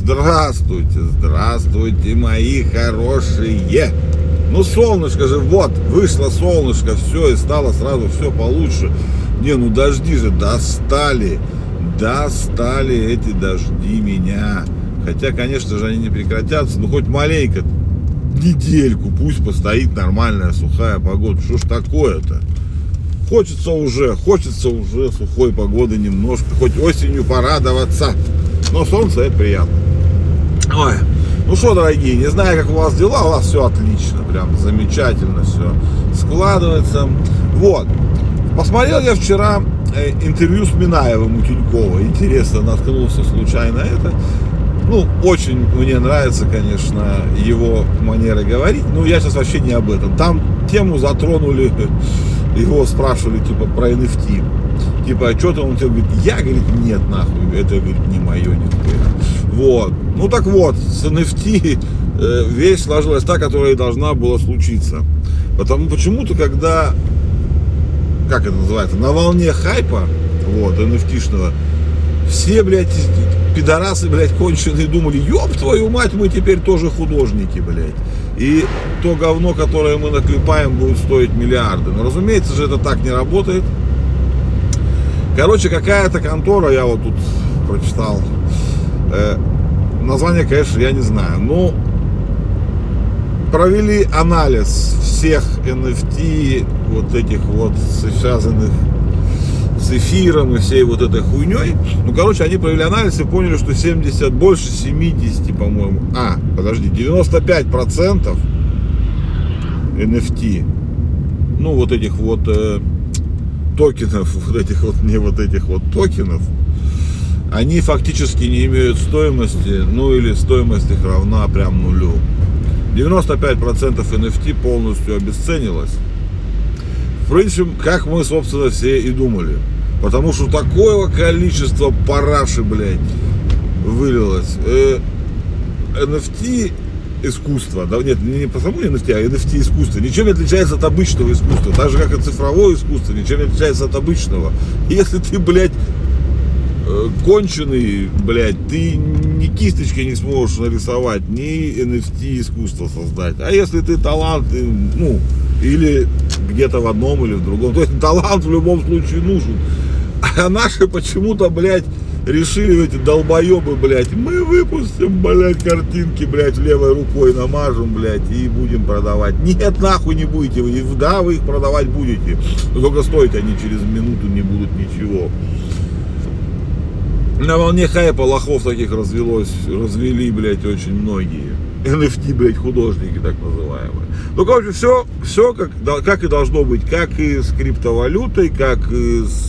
Здравствуйте, здравствуйте, мои хорошие. Ну, солнышко же, вот, вышло солнышко, все, и стало сразу все получше. Не, ну дожди же достали эти дожди меня. Хотя, конечно же, они не прекратятся, но хоть маленько, недельку, пусть постоит нормальная сухая погода. Что ж такое-то? Хочется уже сухой погоды немножко, хоть осенью порадоваться. Но солнце это приятно. Ой, ну что, дорогие, не знаю, как у вас дела, у вас все отлично, прям замечательно все складывается. Вот, посмотрел я вчера интервью с Минаевым у Тинькова. Интересно, наткнулся случайно это. Ну, очень мне нравится, конечно, его манера говорить, но я сейчас вообще не об этом. Там тему затронули, его спрашивали, типа, про NFT. Типа, а что-то он тебе говорит, я, говорит, нет, нахуй, это, говорит, не мое, нихуя. Вот, ну так вот, с NFT вещь сложилась та, которая и должна была случиться. Потому почему-то, когда, как это называется, на волне хайпа, вот, NFT-шного, все, блядь, пидорасы, блядь, конченые думали, ёб твою мать, мы теперь тоже художники, блядь. И то говно, которое мы наклепаем, будет стоить миллиарды. Но, разумеется же, это так не работает. Короче, какая-то контора, я вот тут прочитал, название, конечно, я не знаю, но провели анализ всех NFT, вот этих вот связанных с эфиром и всей вот этой хуйней. Ну, короче, они провели анализ и поняли, что больше 70, по-моему, 95% NFT, ну, вот этих вот токенов, токенов, они фактически не имеют стоимости, ну, или стоимость их равна прям нулю. 95% NFT полностью обесценилось. Впрочем, как мы, собственно, все и думали. Потому что такое количество параши, блядь, вылилось. NFT искусство, да, нет, не потому NFT, а NFT искусство, ничем не отличается от обычного искусства. Так же, как и цифровое искусство, ничем не отличается от обычного. Если ты, блядь, конченый, блядь, ты ни кисточки не сможешь нарисовать, ни NFT искусство создать. А если ты талант, ну, или где-то в одном или в другом, то есть талант в любом случае нужен. А наши почему-то, блядь, решили, эти долбоебы, блядь, мы выпустим, блядь, картинки, блядь, левой рукой намажем, блядь, и будем продавать. Нет, нахуй не будете вы, да, вы их продавать будете, но только стоить они через минуту не будут ничего. На волне хайпа лохов таких развели, блядь, очень многие. NFT, блядь, художники так называемые. Ну, короче, все как и должно быть, как и с криптовалютой, как и с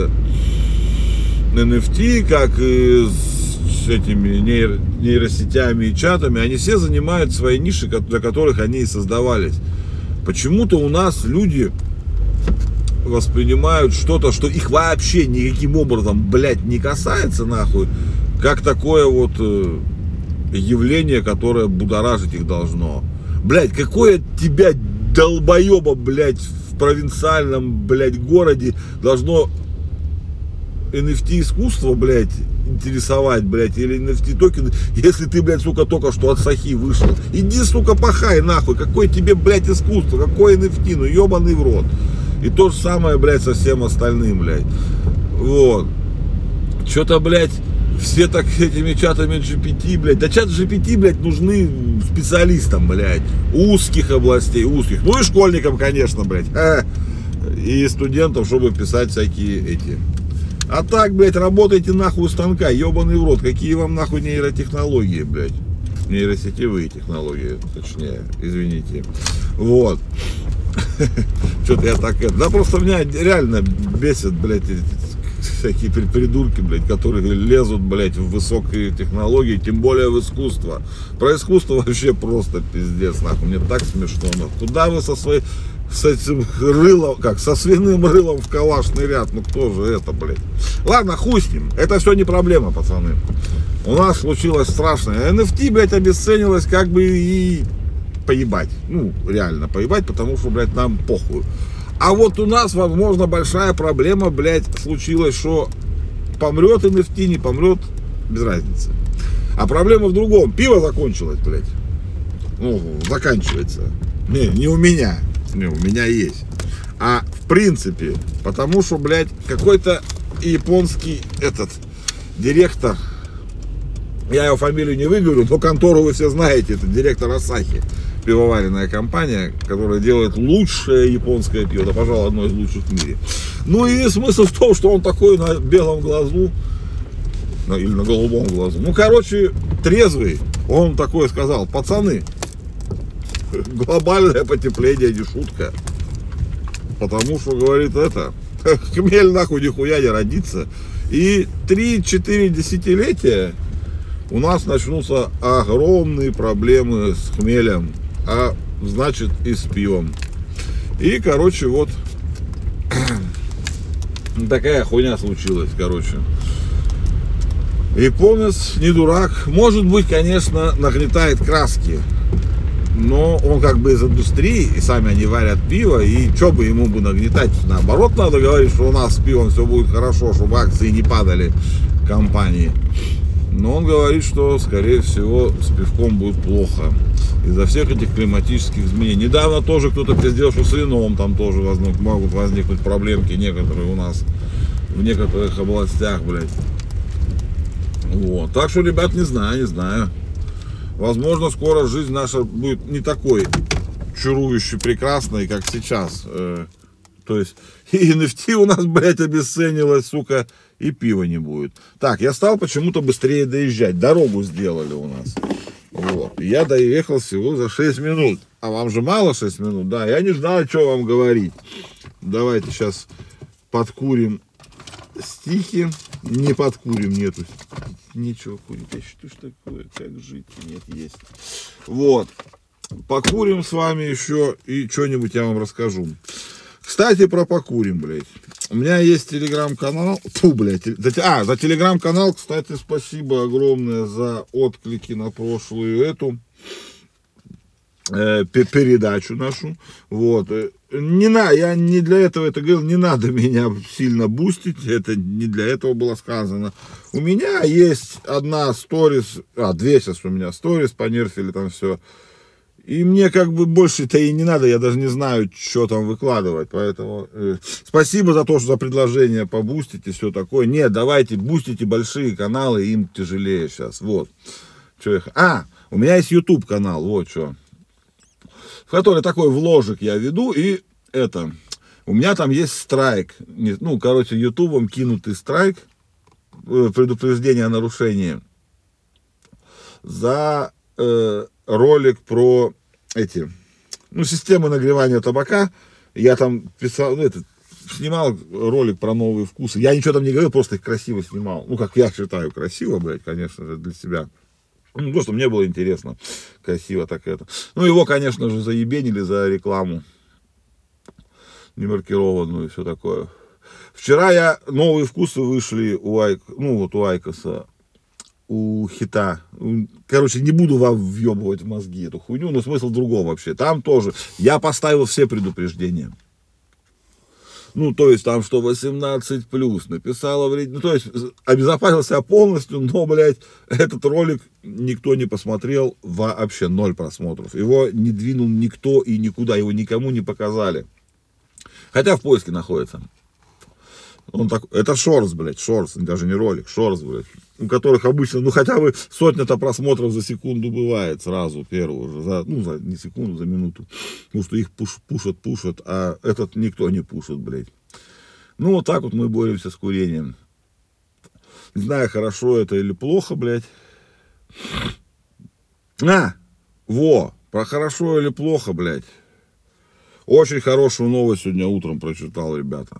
NFT, как и с этими нейросетями и чатами. Они все занимают свои ниши, для которых они и создавались. Почему-то у нас люди воспринимают что-то, что их вообще никаким образом, блядь, не касается, нахуй, как такое вот явление, которое будоражить их должно. Блядь, какое тебя, долбоеба, блядь, в провинциальном, блядь, городе должно NFT искусство, блядь, интересовать, блядь, или NFT токены, если ты, блядь, сука, только что от Сахи вышел. Иди, сука, пахай, нахуй, какое тебе, блядь, искусство, какое NFT, ну ебаный в рот. И то же самое, блядь, со всем остальным, блядь. Вот. Что-то, блядь, все так этими чатами GPT, блядь. Да чат GPT, блядь, нужны специалистам, блядь. Узких областей, узких. Ну и школьникам, конечно, блядь. И студентам, чтобы писать всякие эти. А так, блядь, работайте нахуй у станка, ебаный в рот. Какие вам нахуй нейротехнологии, блядь. Нейросетевые технологии, точнее, извините. Вот. Что-то я так это. Да просто меня реально бесит, блядь, всякие придурки, блядь, которые лезут, блядь, в высокие технологии, тем более в искусство. Про искусство вообще просто пиздец, нахуй. Мне так смешно, нахуй. Куда вы со этим рылом, как, со свиным рылом в калашный ряд? Ну кто же это, блядь? Ладно, хуй с ним. Это все не проблема, пацаны. У нас случилось страшное. NFT, блядь, обесценилось как бы и поебать. Ну, реально поебать, потому что, блядь, нам похуй. А вот у нас, возможно, большая проблема, блядь, случилась, что помрет NFT, не помрет, без разницы. А проблема в другом. Пиво закончилось, блядь. Ну, заканчивается. Не у меня. Не, у меня есть. А в принципе, потому что, блядь, какой-то японский директор, я его фамилию не выговорю, но контору вы все знаете, это директор Асахи, пивоваренная компания, которая делает лучшее японское пиво, да, пожалуй, одно из лучших в мире. Ну и смысл в том, что он такой на белом глазу, или на голубом глазу, ну, короче, трезвый, он такое сказал: пацаны, глобальное потепление не шутка. Потому что, говорит, хмель нахуй нихуя не родится. И 3-4 десятилетия у нас начнутся огромные проблемы с хмелем, а значит и с пивом. И, короче, вот такая хуйня случилась, короче. Японец не дурак. Может быть, конечно, нагнетает краски. Но он как бы из индустрии, и сами они варят пиво, и что бы ему бы нагнетать? Наоборот, надо говорить, что у нас с пивом все будет хорошо, чтобы акции не падали компании. Но он говорит, что, скорее всего, с пивком будет плохо из-за всех этих климатических изменений. Недавно тоже кто-то пиздел, что с вином там тоже могут возникнуть проблемки некоторые у нас в некоторых областях, блядь. Вот. Так что, ребят, не знаю. Возможно, скоро жизнь наша будет не такой чарующей, прекрасной, как сейчас. То есть и NFT у нас, блядь, обесценилось, сука, и пива не будет. Так, я стал почему-то быстрее доезжать. Дорогу сделали у нас. Вот. И я доехал всего за 6 минут. А вам же мало 6 минут? Да, я не знаю, что вам говорить. Давайте сейчас подкурим стихи. Не подкурим, нету. Нечего курить. А что ж такое? Как жить? Нет, есть. Вот. Покурим с вами еще и что-нибудь я вам расскажу. Кстати, про покурим, блядь. У меня есть телеграм-канал. За телеграм-канал, кстати, спасибо огромное за отклики на прошлую передачу нашу. Вот. Я не для этого это говорил, не надо меня сильно бустить, это не для этого было сказано. У меня есть одна сторис, две сейчас у меня сторис, понерфили там все. И мне как бы больше-то и не надо, я даже не знаю, что там выкладывать. Поэтому спасибо за то, что за предложение побустить и все такое. Нет, давайте бустите большие каналы, им тяжелее сейчас. Вот. У меня есть YouTube канал, вот что. В который такой вложик я веду, и у меня там есть страйк, ютубом кинутый страйк, предупреждение о нарушении, за ролик про системы нагревания табака. Я там писал, снимал ролик про новые вкусы, я ничего там не говорил, просто их красиво снимал, как я считаю красиво, блядь, конечно же, для себя. Просто мне было интересно, красиво так это. Его, конечно же, заебенили за рекламу немаркированную и все такое. Вчера новые вкусы вышли у Айкоса, у Хита. Короче, не буду вам въебывать в мозги эту хуйню, но смысл в другом вообще. Там тоже я поставил все предупреждения. То есть там, что 18+, написала вредно. То есть обезопасился полностью, но, блядь, этот ролик никто не посмотрел, вообще 0 просмотров. Его не двинул никто и никуда, его никому не показали. Хотя в поиске находится. Это шортс, блядь, даже не ролик, шортс, блядь. У которых обычно, хотя бы сотня-то просмотров за секунду бывает сразу, первую уже, не секунду, за минуту. Потому что их пушат, а этот никто не пушит, блядь. Вот так вот мы боремся с курением. Не знаю, хорошо это или плохо, блядь. Про хорошо или плохо, блядь. Очень хорошую новость сегодня утром прочитал, ребята.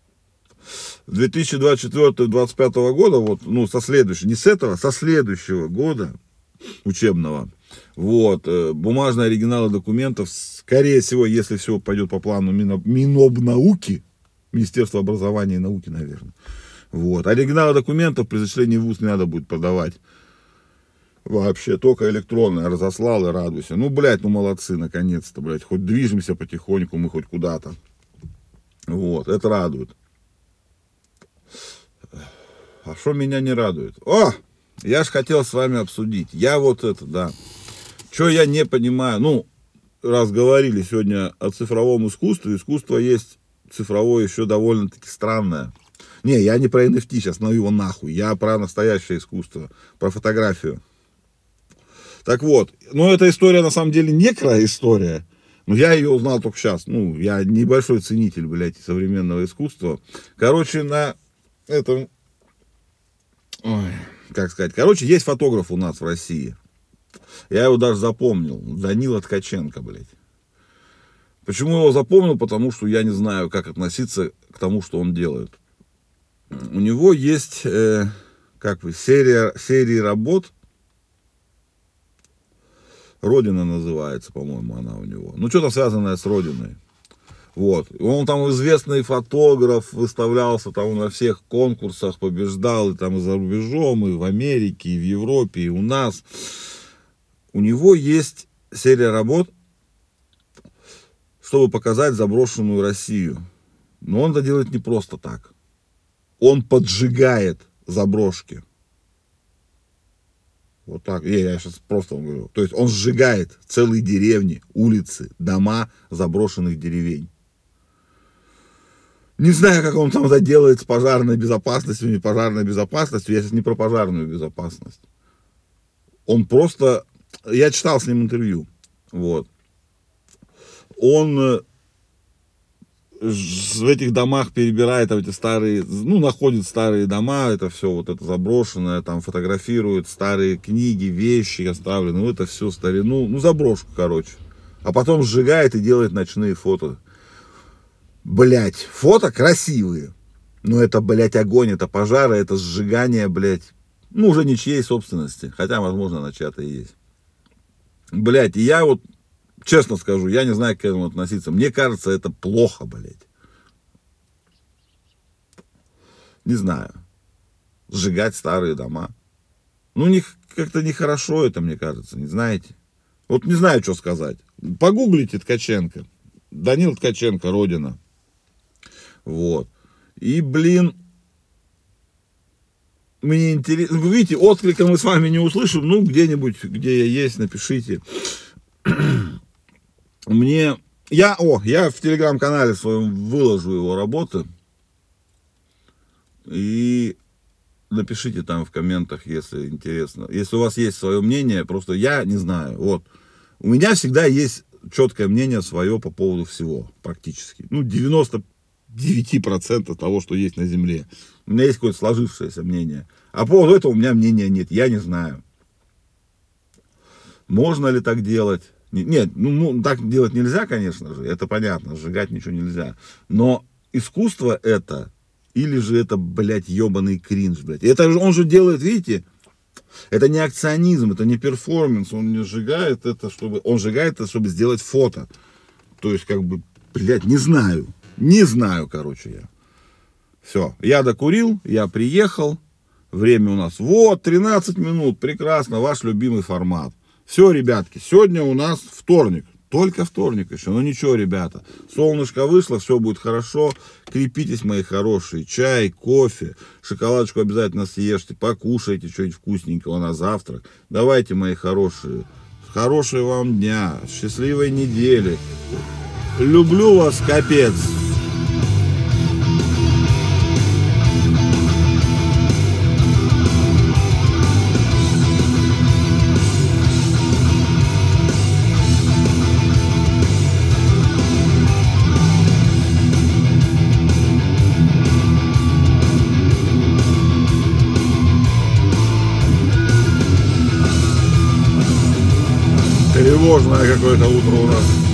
2024-2025 года, со следующего года учебного, бумажные оригиналы документов, скорее всего, если все пойдет по плану Минобнауки, Министерства образования и науки, наверное. Оригиналы документов при зачислении в ВУЗ не надо будет продавать. Вообще, только электронное разослал и радуйся. Молодцы, наконец-то, блядь, хоть движемся потихоньку, мы хоть куда-то. Это радует. А что меня не радует? Я ж хотел с вами обсудить. Я вот это, да. Что я не понимаю, ну, раз говорили сегодня о цифровом искусстве, искусство есть цифровое еще довольно-таки странное. Не, я не про NFT, сейчас ну его нахуй. Я про настоящее искусство, про фотографию. Так вот, ну эта история на самом деле некроистория. Но я ее узнал только сейчас. Ну, я небольшой ценитель, блядь, современного искусства. Короче, на этом... Ой, как сказать? Короче, есть фотограф у нас в России. Я его даже запомнил. Данила Ткаченко, блядь. Почему его запомнил? Потому что я не знаю, как относиться к тому, что он делает. У него есть серии работ. Родина называется, по-моему, она у него. Ну, что-то связанное с Родиной. Вот. Он там известный фотограф, выставлялся там на всех конкурсах, побеждал и там и за рубежом, и в Америке, и в Европе, и у нас. У него есть серия работ, чтобы показать заброшенную Россию. Но он это делает не просто так. Он поджигает заброшки. Вот так. Я сейчас просто вам говорю. То есть он сжигает целые деревни, улицы, дома заброшенных деревень. Не знаю, как он там это делает с пожарной безопасностью, не пожарной безопасностью. Я сейчас не про пожарную безопасность. Он просто... Я читал с ним интервью. Вот. Он в этих домах перебирает эти старые, ну, находит старые дома, это все вот это заброшенное, там фотографирует старые книги, вещи оставлены, ну, это все старину, ну, заброшку, короче. А потом сжигает и делает ночные фото. Блять, фото красивые, но это, блять, огонь, это пожары, это сжигание, блять, ну, уже ничьей собственности, хотя, возможно, на чья-то и есть. Блять, и я вот, честно скажу, я не знаю, как к этому относиться. Мне кажется, это плохо, блядь. Не знаю. Сжигать старые дома. Ну, как-то нехорошо это, мне кажется, не знаете. Вот не знаю, что сказать. Погуглите Ткаченко. Данил Ткаченко, Родина. Вот. И, блин, мне интересно. Вы видите, отклика мы с вами не услышим. Ну, где-нибудь, где я есть, напишите. Я в телеграм-канале своем выложу его работы. И напишите там в комментах, если интересно. Если у вас есть свое мнение, просто я не знаю. Вот. У меня всегда есть четкое мнение свое по поводу всего, практически. Ну, 99% того, что есть на Земле. У меня есть какое-то сложившееся мнение. А по поводу этого у меня мнения нет. Я не знаю. Можно ли так делать? Нет, ну, так делать нельзя, конечно же, это понятно, сжигать ничего нельзя. Но искусство это, или же это, блядь, ебаный кринж, блядь. Это он же делает, видите, это не акционизм, это не перформанс, он не сжигает это, он сжигает это, чтобы сделать фото. То есть, как бы, блядь, не знаю, короче, я. Все, я докурил, я приехал, время у нас, вот, 13 минут, прекрасно, ваш любимый формат. Все, ребятки, сегодня у нас вторник, только вторник еще, но ничего, ребята, солнышко вышло, все будет хорошо, крепитесь, мои хорошие, чай, кофе, шоколадочку обязательно съешьте, покушайте что-нибудь вкусненького на завтрак, давайте, мои хорошие, хорошего вам дня, счастливой недели, люблю вас, капец. Тревожное какое-то утро у нас.